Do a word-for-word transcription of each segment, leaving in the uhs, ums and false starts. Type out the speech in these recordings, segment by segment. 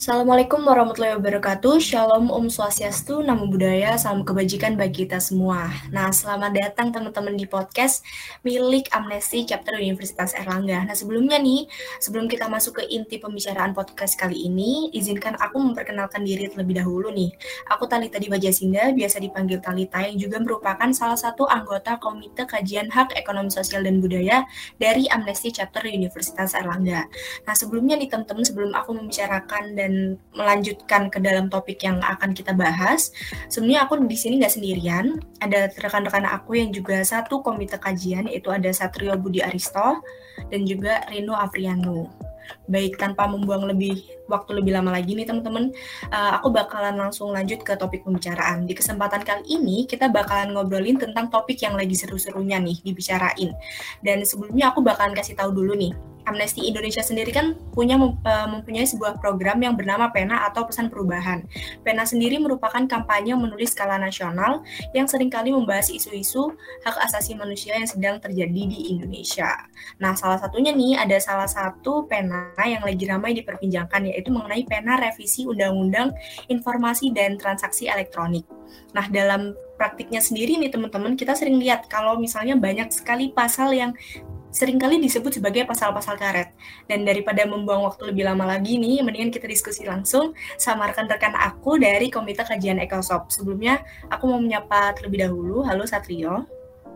Assalamualaikum warahmatullahi wabarakatuh. Shalom, Om Swastiastu, Namo Buddhaya, salam kebajikan bagi kita semua. Nah, selamat datang teman-teman di podcast milik Amnesty Chapter Universitas Airlangga. Nah, sebelumnya nih, sebelum kita masuk ke inti pembicaraan podcast kali ini, izinkan aku memperkenalkan diri terlebih dahulu nih. Aku Talita Diwajasinda, biasa dipanggil Talita, yang juga merupakan salah satu anggota Komite Kajian Hak Ekonomi Sosial dan Budaya dari Amnesty Chapter Universitas Airlangga. Nah, sebelumnya nih teman-teman, sebelum aku membicarakan dan melanjutkan ke dalam topik yang akan kita bahas, sebenarnya aku di sini nggak sendirian, ada rekan-rekan aku yang juga satu komite kajian, yaitu ada Satrio Budi Aristo dan juga Rino Afriano. Baik, tanpa membuang lebih waktu lebih lama lagi nih teman-teman, uh, aku bakalan langsung lanjut ke topik pembicaraan. Di kesempatan kali ini kita bakalan ngobrolin tentang topik yang lagi seru-serunya nih dibicarain. Dan sebelumnya aku bakalan kasih tahu dulu nih, Amnesty Indonesia sendiri kan punya uh, mempunyai sebuah program yang bernama Pena atau Pesan Perubahan. Pena sendiri merupakan kampanye menulis skala nasional yang seringkali membahas isu-isu hak asasi manusia yang sedang terjadi di Indonesia. Nah, salah satunya nih ada salah satu pena yang lagi ramai diperbincangkan, yaitu mengenai pena revisi Undang-Undang Informasi dan Transaksi Elektronik. Nah, dalam praktiknya sendiri nih teman-teman, kita sering lihat kalau misalnya banyak sekali pasal yang seringkali disebut sebagai pasal-pasal karet. Dan daripada membuang waktu lebih lama lagi nih, mendingan kita diskusi langsung sama rekan-rekan aku dari Komite Kajian Ekosop. Sebelumnya, aku mau menyapa terlebih dahulu. Halo Satrio.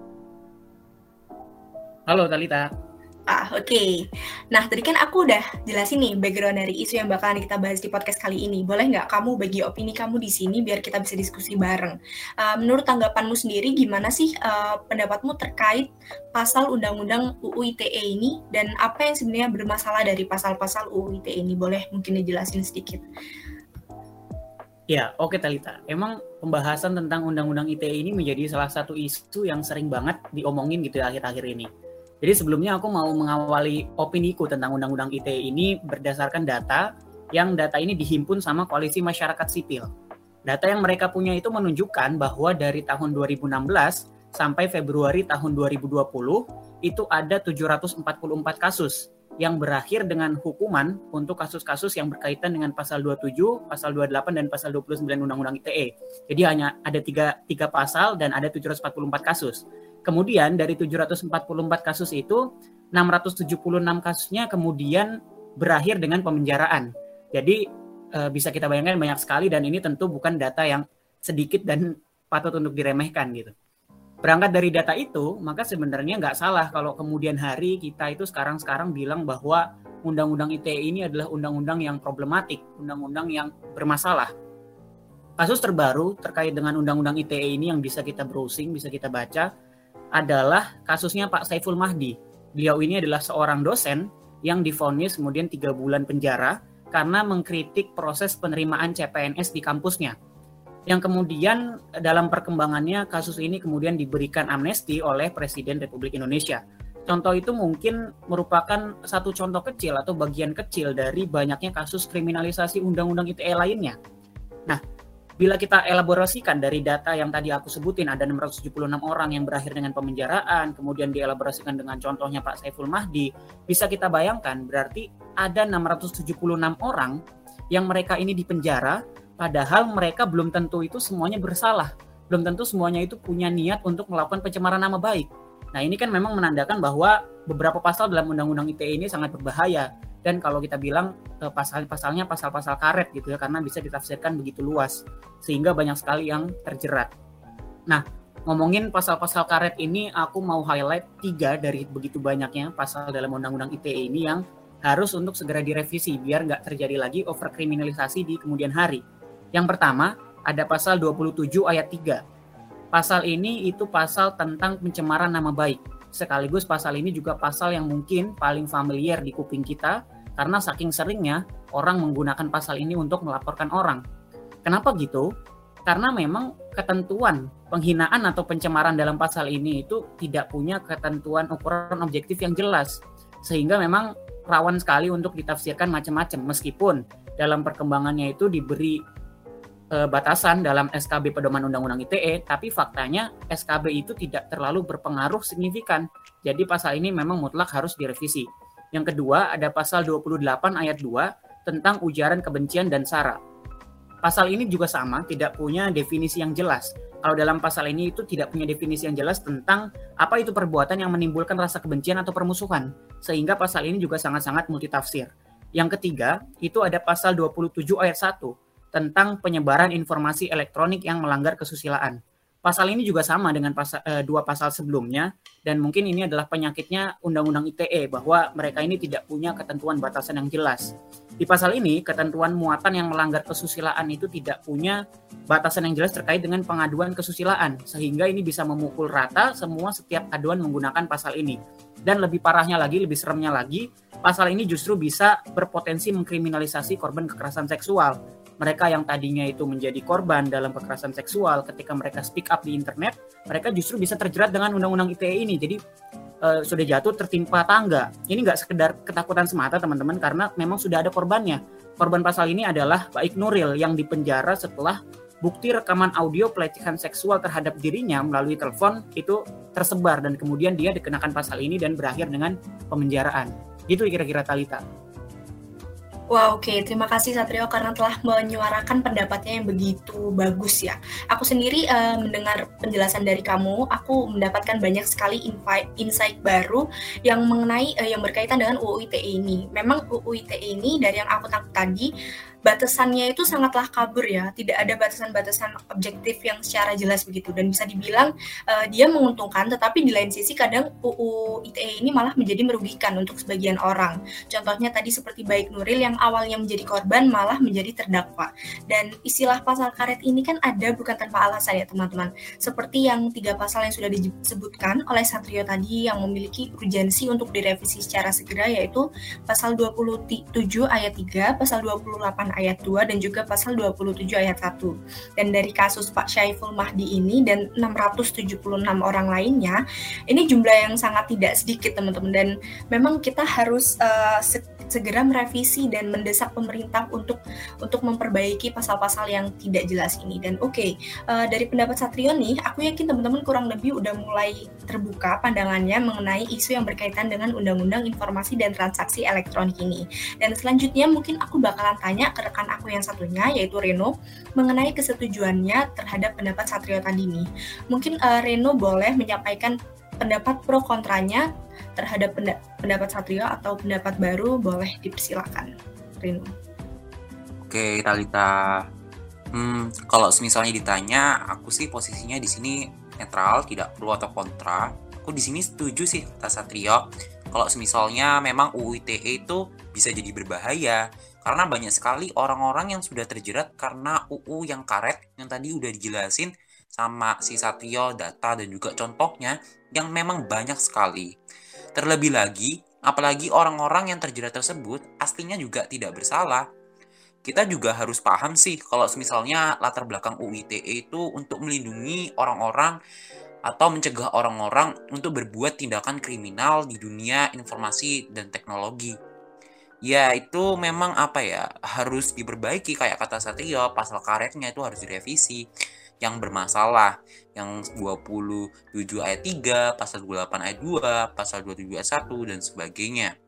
Halo Talita. Ah, oke. Okay. Nah, tadi kan aku udah jelasin nih background dari isu yang bakalan kita bahas di podcast kali ini. Boleh nggak kamu bagi opini kamu di sini biar kita bisa diskusi bareng? Uh, menurut tanggapanmu sendiri, gimana sih uh, pendapatmu terkait pasal Undang-Undang U U I T E ini? Dan apa yang sebenarnya bermasalah dari pasal-pasal U U I T E ini? Boleh mungkin dijelasin sedikit? Ya, oke okay, Talita. Emang pembahasan tentang Undang-Undang I T E ini menjadi salah satu isu yang sering banget diomongin gitu ya akhir-akhir ini. Jadi sebelumnya aku mau mengawali opiniku tentang Undang-Undang I T E ini berdasarkan data yang data ini dihimpun sama Koalisi Masyarakat Sipil. Data yang mereka punya itu menunjukkan bahwa dari tahun dua ribu enam belas sampai Februari tahun dua ribu dua puluh itu ada tujuh ratus empat puluh empat kasus yang berakhir dengan hukuman untuk kasus-kasus yang berkaitan dengan pasal dua puluh tujuh, pasal dua puluh delapan, dan pasal dua puluh sembilan Undang-Undang I T E. Jadi hanya ada tiga, tiga pasal dan ada tujuh ratus empat puluh empat kasus. Kemudian dari tujuh ratus empat puluh empat kasus itu, enam ratus tujuh puluh enam kasusnya kemudian berakhir dengan pemenjaraan. Jadi e, bisa kita bayangkan banyak sekali, dan ini tentu bukan data yang sedikit dan patut untuk diremehkan gitu. Berangkat dari data itu, maka sebenarnya nggak salah kalau kemudian hari kita itu sekarang-sekarang bilang bahwa Undang-Undang I T E ini adalah undang-undang yang problematik, undang-undang yang bermasalah. Kasus terbaru terkait dengan Undang-Undang I T E ini yang bisa kita browsing, bisa kita baca, adalah kasusnya Pak Saiful Mahdi. Beliau ini adalah seorang dosen yang divonis kemudian tiga bulan penjara karena mengkritik proses penerimaan C P N S di kampusnya. Yang kemudian dalam perkembangannya kasus ini kemudian diberikan amnesti oleh Presiden Republik Indonesia. Contoh itu mungkin merupakan satu contoh kecil atau bagian kecil dari banyaknya kasus kriminalisasi Undang-Undang I T E lainnya. Nah, bila kita elaborasikan dari data yang tadi aku sebutin, ada enam ratus tujuh puluh enam orang yang berakhir dengan pemenjaraan, kemudian dielaborasikan dengan contohnya Pak Saiful Mahdi, bisa kita bayangkan berarti ada enam ratus tujuh puluh enam orang yang mereka ini dipenjara, padahal mereka belum tentu itu semuanya bersalah, belum tentu semuanya itu punya niat untuk melakukan pencemaran nama baik. Nah, ini kan memang menandakan bahwa beberapa pasal dalam Undang-Undang I T E ini sangat berbahaya. Dan kalau kita bilang pasal-pasalnya pasal-pasal karet gitu ya, karena bisa ditafsirkan begitu luas sehingga banyak sekali yang terjerat. Nah, ngomongin pasal-pasal karet ini, aku mau highlight tiga dari begitu banyaknya pasal dalam Undang-Undang I T E ini yang harus untuk segera direvisi biar nggak terjadi lagi overkriminalisasi di kemudian hari. Yang pertama, ada pasal dua puluh tujuh ayat tiga. Pasal ini itu pasal tentang pencemaran nama baik. Sekaligus pasal ini juga pasal yang mungkin paling familiar di kuping kita karena saking seringnya orang menggunakan pasal ini untuk melaporkan orang. Kenapa gitu? Karena memang ketentuan penghinaan atau pencemaran dalam pasal ini itu tidak punya ketentuan ukuran objektif yang jelas. Sehingga memang rawan sekali untuk ditafsirkan macam-macam, meskipun dalam perkembangannya itu diberi e, batasan dalam S K B Pedoman Undang-Undang I T E, tapi faktanya S K B itu tidak terlalu berpengaruh signifikan. Jadi pasal ini memang mutlak harus direvisi. Yang kedua, ada pasal dua puluh delapan ayat dua tentang ujaran kebencian dan sara. Pasal ini juga sama, tidak punya definisi yang jelas. Kalau dalam pasal ini itu tidak punya definisi yang jelas tentang apa itu perbuatan yang menimbulkan rasa kebencian atau permusuhan. Sehingga pasal ini juga sangat-sangat multitafsir. Yang ketiga, itu ada pasal dua puluh tujuh ayat satu tentang penyebaran informasi elektronik yang melanggar kesusilaan. Pasal ini juga sama dengan pasal, eh, dua pasal sebelumnya, dan mungkin ini adalah penyakitnya Undang-Undang I T E, bahwa mereka ini tidak punya ketentuan batasan yang jelas. Di pasal ini, ketentuan muatan yang melanggar kesusilaan itu tidak punya batasan yang jelas terkait dengan pengaduan kesusilaan, sehingga ini bisa memukul rata semua setiap aduan menggunakan pasal ini. Dan lebih parahnya lagi, lebih seremnya lagi, pasal ini justru bisa berpotensi mengkriminalisasi korban kekerasan seksual. Mereka yang tadinya itu menjadi korban dalam kekerasan seksual, ketika mereka speak up di internet, mereka justru bisa terjerat dengan Undang-Undang I T E ini. Jadi uh, sudah jatuh tertimpa tangga. Ini nggak sekedar ketakutan semata teman-teman, karena memang sudah ada korbannya. Korban pasal ini adalah Baik Nuril yang dipenjara setelah bukti rekaman audio pelecehan seksual terhadap dirinya melalui telepon itu tersebar, dan kemudian dia dikenakan pasal ini dan berakhir dengan pemenjaraan. Gitu kira-kira Thalita. Wah, wow, oke. Okay. Terima kasih Satrio karena telah menyuarakan pendapatnya yang begitu bagus ya. Aku sendiri uh, mendengar penjelasan dari kamu, aku mendapatkan banyak sekali insight baru yang mengenai uh, yang berkaitan dengan U U I T E ini. Memang U U I T E ini dari yang aku tangkap tadi, batasannya itu sangatlah kabur ya, tidak ada batasan-batasan objektif yang secara jelas begitu, dan bisa dibilang uh, dia menguntungkan, tetapi di lain sisi kadang U U I T E ini malah menjadi merugikan untuk sebagian orang. Contohnya tadi seperti Baik Nuril yang awalnya menjadi korban malah menjadi terdakwa. Dan istilah pasal karet ini kan ada bukan tanpa alasan ya teman-teman. Seperti yang tiga pasal yang sudah disebutkan oleh Satrio tadi yang memiliki urgensi untuk direvisi secara segera, yaitu pasal dua puluh tujuh ayat tiga, pasal dua puluh delapan ayat dua, dan juga pasal dua puluh tujuh ayat satu. Dan dari kasus Pak Syaiful Mahdi ini dan enam ratus tujuh puluh enam orang lainnya, ini jumlah yang sangat tidak sedikit teman-teman, dan memang kita harus uh, segera merevisi dan mendesak pemerintah untuk untuk memperbaiki pasal-pasal yang tidak jelas ini. Dan oke, okay, uh, dari pendapat Satrio nih, aku yakin teman-teman kurang lebih udah mulai terbuka pandangannya mengenai isu yang berkaitan dengan Undang-Undang Informasi dan Transaksi Elektronik ini. Dan selanjutnya mungkin aku bakalan tanya ke rekan aku yang satunya, yaitu Reno, mengenai kesetujuannya terhadap pendapat Satrio tadi nih. Mungkin uh, Reno boleh menyampaikan pendapat pro kontranya terhadap pendapat Satrio atau pendapat baru, boleh dipersilakan, Reno. Oke, Thalita. Hmm, kalau misalnya ditanya, aku sih posisinya di sini netral, tidak pro atau kontra. Aku di sini setuju sih kata Satrio. Kalau misalnya memang U U I T E itu bisa jadi berbahaya, karena banyak sekali orang-orang yang sudah terjerat karena U U yang karet yang tadi udah dijelasin sama si Satrio, data dan juga contohnya yang memang banyak sekali. Terlebih lagi, apalagi orang-orang yang terjerat tersebut aslinya juga tidak bersalah. Kita juga harus paham sih kalau misalnya latar belakang U U I T E itu untuk melindungi orang-orang atau mencegah orang-orang untuk berbuat tindakan kriminal di dunia informasi dan teknologi. Ya itu memang apa ya, harus diperbaiki kayak kata Satrio, pasal karetnya itu harus direvisi. Yang bermasalah, yang dua puluh tujuh ayat tiga, pasal dua puluh delapan ayat dua, pasal dua puluh tujuh ayat satu, dan sebagainya.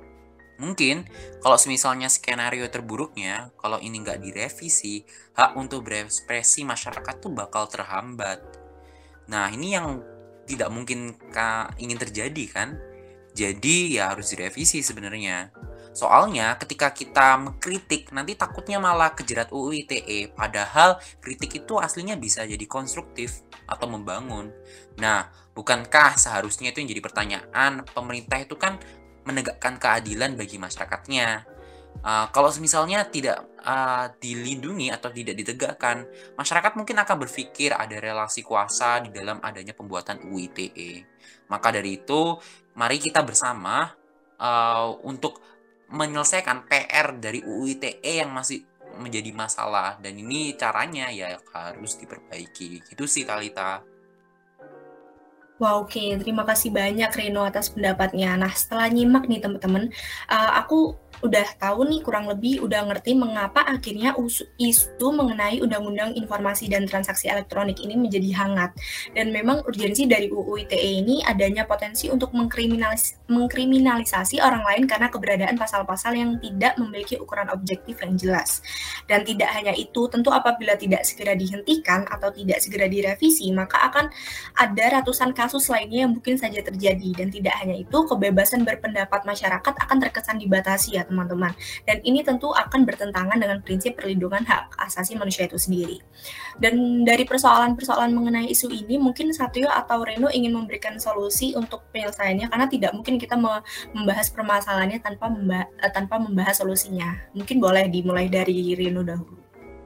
Mungkin kalau misalnya skenario terburuknya, kalau ini nggak direvisi, hak untuk berekspresi masyarakat tuh bakal terhambat. Nah ini yang tidak mungkin ingin terjadi kan? Jadi ya harus direvisi sebenarnya. Soalnya ketika kita mengkritik, nanti takutnya malah kejerat U U I T E. Padahal kritik itu aslinya bisa jadi konstruktif atau membangun. Nah, bukankah seharusnya itu yang jadi pertanyaan, pemerintah itu kan menegakkan keadilan bagi masyarakatnya. Uh, kalau misalnya tidak uh, dilindungi atau tidak ditegakkan, masyarakat mungkin akan berpikir ada relasi kuasa di dalam adanya pembuatan U U I T E. Maka dari itu, mari kita bersama uh, untuk menyelesaikan P R dari U U I T E yang masih menjadi masalah, dan ini caranya ya harus diperbaiki. Gitu sih Thalita. Wah, oke. Terima kasih banyak Reno atas pendapatnya. Nah, setelah nyimak nih teman-teman, uh, aku udah tahu nih kurang lebih udah ngerti mengapa akhirnya usu, isu mengenai Undang-Undang Informasi dan Transaksi Elektronik ini menjadi hangat. Dan memang urgensi dari U U I T E ini adanya potensi untuk mengkriminalis, mengkriminalisasi orang lain karena keberadaan pasal-pasal yang tidak memiliki ukuran objektif yang jelas. Dan tidak hanya itu, tentu apabila tidak segera dihentikan atau tidak segera direvisi, maka akan ada ratusan kasus lainnya yang mungkin saja terjadi. Dan tidak hanya itu, kebebasan berpendapat masyarakat akan terkesan dibatasi ya teman-teman. Dan ini tentu akan bertentangan dengan prinsip perlindungan hak asasi manusia itu sendiri. Dan dari persoalan-persoalan mengenai isu ini, mungkin Satrio atau Reno ingin memberikan solusi untuk penyelesaiannya, karena tidak mungkin kita membahas permasalahannya tanpa membahas, tanpa membahas solusinya. Mungkin boleh dimulai dari Reno dahulu.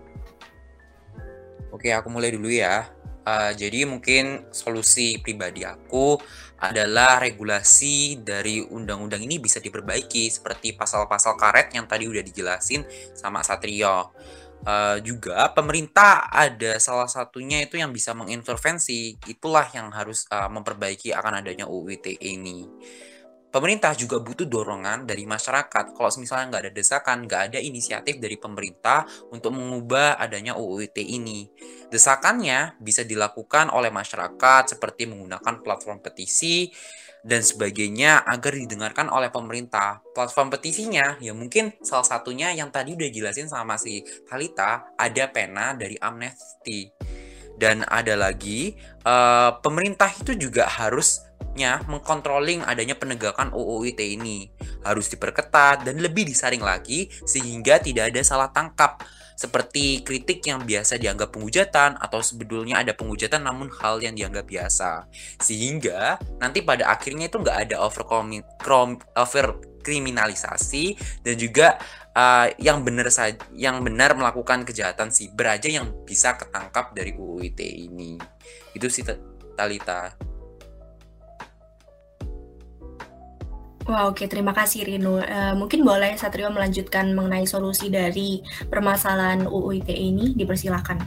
Oke, aku mulai dulu ya. Uh, jadi mungkin solusi pribadi aku adalah regulasi dari undang-undang ini bisa diperbaiki seperti pasal-pasal karet yang tadi udah dijelasin sama Satrio. Uh, juga pemerintah ada salah satunya itu yang bisa mengintervensi, itulah yang harus uh, memperbaiki akan adanya U U I T E ini. Pemerintah juga butuh dorongan dari masyarakat. Kalau misalnya nggak ada desakan, nggak ada inisiatif dari pemerintah untuk mengubah adanya U U I T E ini. Desakannya bisa dilakukan oleh masyarakat seperti menggunakan platform petisi dan sebagainya agar didengarkan oleh pemerintah. Platform petisinya ya mungkin salah satunya yang tadi udah jelasin sama si Thalita, ada pena dari Amnesty. Dan ada lagi, uh, pemerintah itu juga harusnya mengkontrolling adanya penegakan U U I T E ini. Harus diperketat dan lebih disaring lagi sehingga tidak ada salah tangkap. Seperti kritik yang biasa dianggap penghujatan atau sebetulnya ada penghujatan namun hal yang dianggap biasa. Sehingga nanti pada akhirnya itu nggak ada over kriminalisasi dan juga uh, yang benar saja yang benar melakukan kejahatan siber aja yang bisa ketangkap dari U U I T E ini. Itu sih Thalita. Wah, oke. Terima kasih, Rino. Uh, mungkin boleh Satrio melanjutkan mengenai solusi dari permasalahan U U I T E ini, dipersilakan.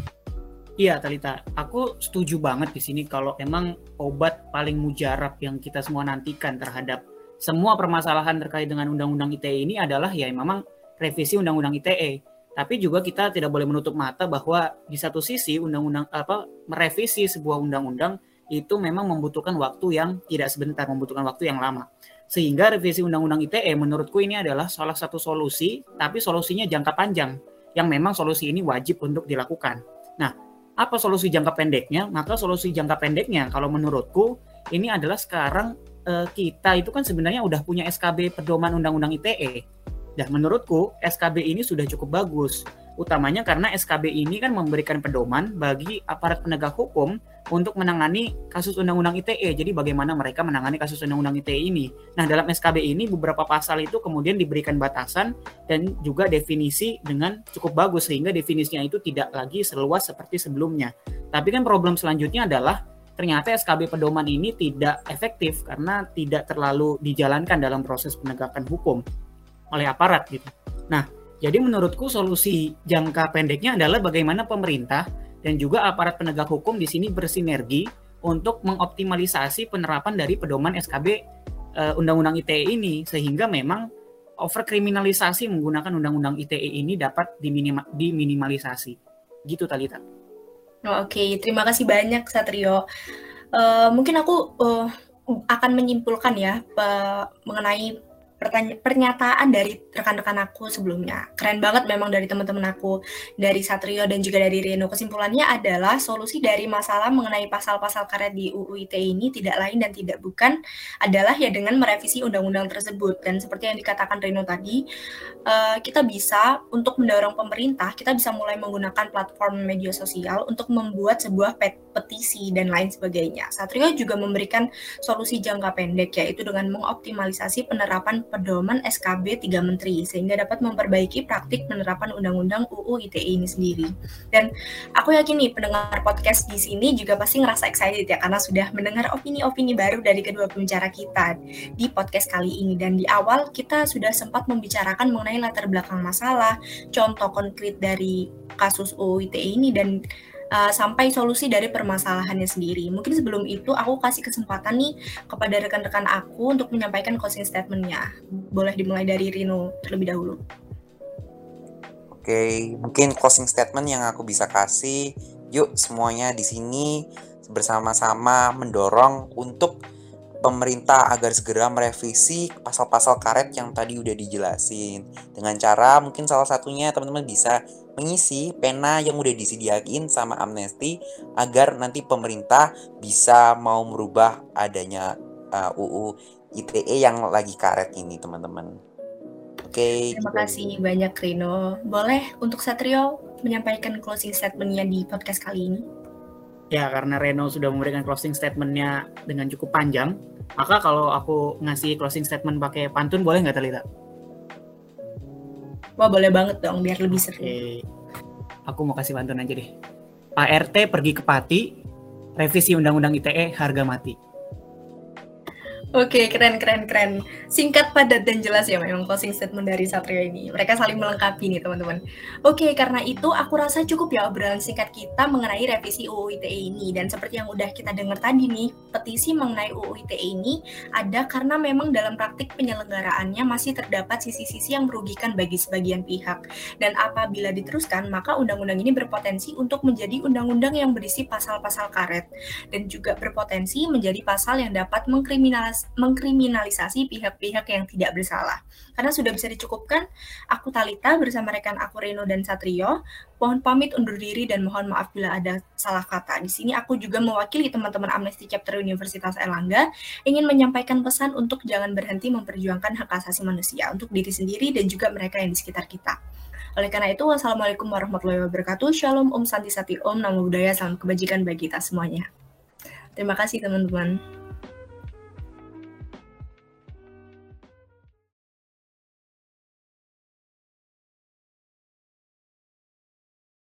Iya, Thalita. Aku setuju banget di sini kalau emang obat paling mujarab yang kita semua nantikan terhadap semua permasalahan terkait dengan Undang-Undang I T E ini adalah ya memang revisi Undang-Undang I T E. Tapi juga kita tidak boleh menutup mata bahwa di satu sisi undang-undang apa merevisi sebuah undang-undang itu memang membutuhkan waktu yang tidak sebentar, membutuhkan waktu yang lama. Sehingga revisi Undang-Undang I T E menurutku ini adalah salah satu solusi, tapi solusinya jangka panjang, yang memang solusi ini wajib untuk dilakukan. Nah, apa solusi jangka pendeknya? Maka solusi jangka pendeknya, kalau menurutku, ini adalah sekarang eh, kita itu kan sebenarnya udah punya S K B pedoman Undang-Undang I T E. Dan menurutku, S K B ini sudah cukup bagus. Utamanya karena S K B ini kan memberikan pedoman bagi aparat penegak hukum untuk menangani kasus Undang-Undang I T E. Jadi bagaimana mereka menangani kasus Undang-Undang I T E ini. Nah, dalam S K B ini beberapa pasal itu kemudian diberikan batasan dan juga definisi dengan cukup bagus sehingga definisinya itu tidak lagi seluas seperti sebelumnya. Tapi kan problem selanjutnya adalah ternyata S K B pedoman ini tidak efektif karena tidak terlalu dijalankan dalam proses penegakan hukum oleh aparat gitu. Nah, jadi menurutku solusi jangka pendeknya adalah bagaimana pemerintah dan juga aparat penegak hukum di sini bersinergi untuk mengoptimalisasi penerapan dari pedoman S K B uh, Undang-Undang I T E ini sehingga memang overkriminalisasi menggunakan Undang-Undang I T E ini dapat diminima- diminimalisasi. Gitu Thalita. Oh, Oke, okay. Terima kasih banyak Satrio. Uh, mungkin aku uh, akan menyimpulkan ya uh, mengenai Pertanya- pernyataan dari rekan-rekan aku sebelumnya. Keren banget memang dari teman-teman aku, dari Satrio dan juga dari Reno. Kesimpulannya adalah solusi dari masalah mengenai pasal-pasal karet di U U I T E ini tidak lain dan tidak bukan adalah ya dengan merevisi undang-undang tersebut. Dan seperti yang dikatakan Reno tadi, uh, kita bisa untuk mendorong pemerintah, kita bisa mulai menggunakan platform media sosial untuk membuat sebuah pet- petisi dan lain sebagainya. Satrio juga memberikan solusi jangka pendek yaitu dengan mengoptimalisasi penerapan pedoman S K B tiga Menteri sehingga dapat memperbaiki praktik penerapan Undang-Undang U U I T E ini sendiri. Dan aku yakin nih pendengar podcast di sini juga pasti ngerasa excited ya karena sudah mendengar opini-opini baru dari kedua pembicara kita di podcast kali ini. Dan di awal kita sudah sempat membicarakan mengenai latar belakang masalah, contoh konkret dari kasus U U I T E ini dan uh, sampai solusi dari permasalahannya sendiri. Mungkin sebelum itu aku kasih kesempatan nih kepada rekan-rekan aku untuk menyampaikan closing statement-nya. Boleh dimulai dari Rino terlebih dahulu. Oke, mungkin closing statement yang aku bisa kasih, yuk semuanya di sini bersama-sama mendorong untuk pemerintah agar segera merevisi pasal-pasal karet yang tadi udah dijelasin. Dengan cara mungkin salah satunya teman-teman bisa mengisi pena yang udah disediain sama Amnesty agar nanti pemerintah bisa mau merubah adanya uh, U U I T E yang lagi karet ini, teman-teman. Oke. Terima kasih banyak Rino. Boleh untuk Satrio menyampaikan closing statement-nya di podcast kali ini? Ya, karena Reno sudah memberikan closing statement-nya dengan cukup panjang, maka kalau aku ngasih closing statement pakai pantun, boleh nggak, Talita? Wah, boleh banget dong, biar lebih seru. Oke, aku mau kasih pantun aja deh. Pak R T pergi ke Pati, revisi Undang-Undang I T E harga mati. Oke, keren, keren, keren. Singkat, padat, dan jelas ya memang closing statement dari Satrio ini. Mereka saling melengkapi nih, teman-teman. Oke, karena itu aku rasa cukup ya obrolan singkat kita mengenai revisi U U I T E ini. Dan seperti yang udah kita dengar tadi nih, petisi mengenai U U I T E ini ada karena memang dalam praktik penyelenggaraannya masih terdapat sisi-sisi yang merugikan bagi sebagian pihak. Dan apabila diteruskan, maka undang-undang ini berpotensi untuk menjadi undang-undang yang berisi pasal-pasal karet. Dan juga berpotensi menjadi pasal yang dapat mengkriminalisasi mengkriminalisasi pihak-pihak yang tidak bersalah. Karena sudah bisa dicukupkan, aku Talita bersama rekan aku Reno dan Satrio, mohon pamit undur diri dan mohon maaf bila ada salah kata. Di sini aku juga mewakili teman-teman Amnesty Chapter Universitas Airlangga ingin menyampaikan pesan untuk jangan berhenti memperjuangkan hak asasi manusia untuk diri sendiri dan juga mereka yang di sekitar kita. Oleh karena itu, wassalamualaikum warahmatullahi wabarakatuh. Shalom, Om Santi Sati Om, Namo Buddhaya, salam kebajikan bagi kita semuanya. Terima kasih teman-teman.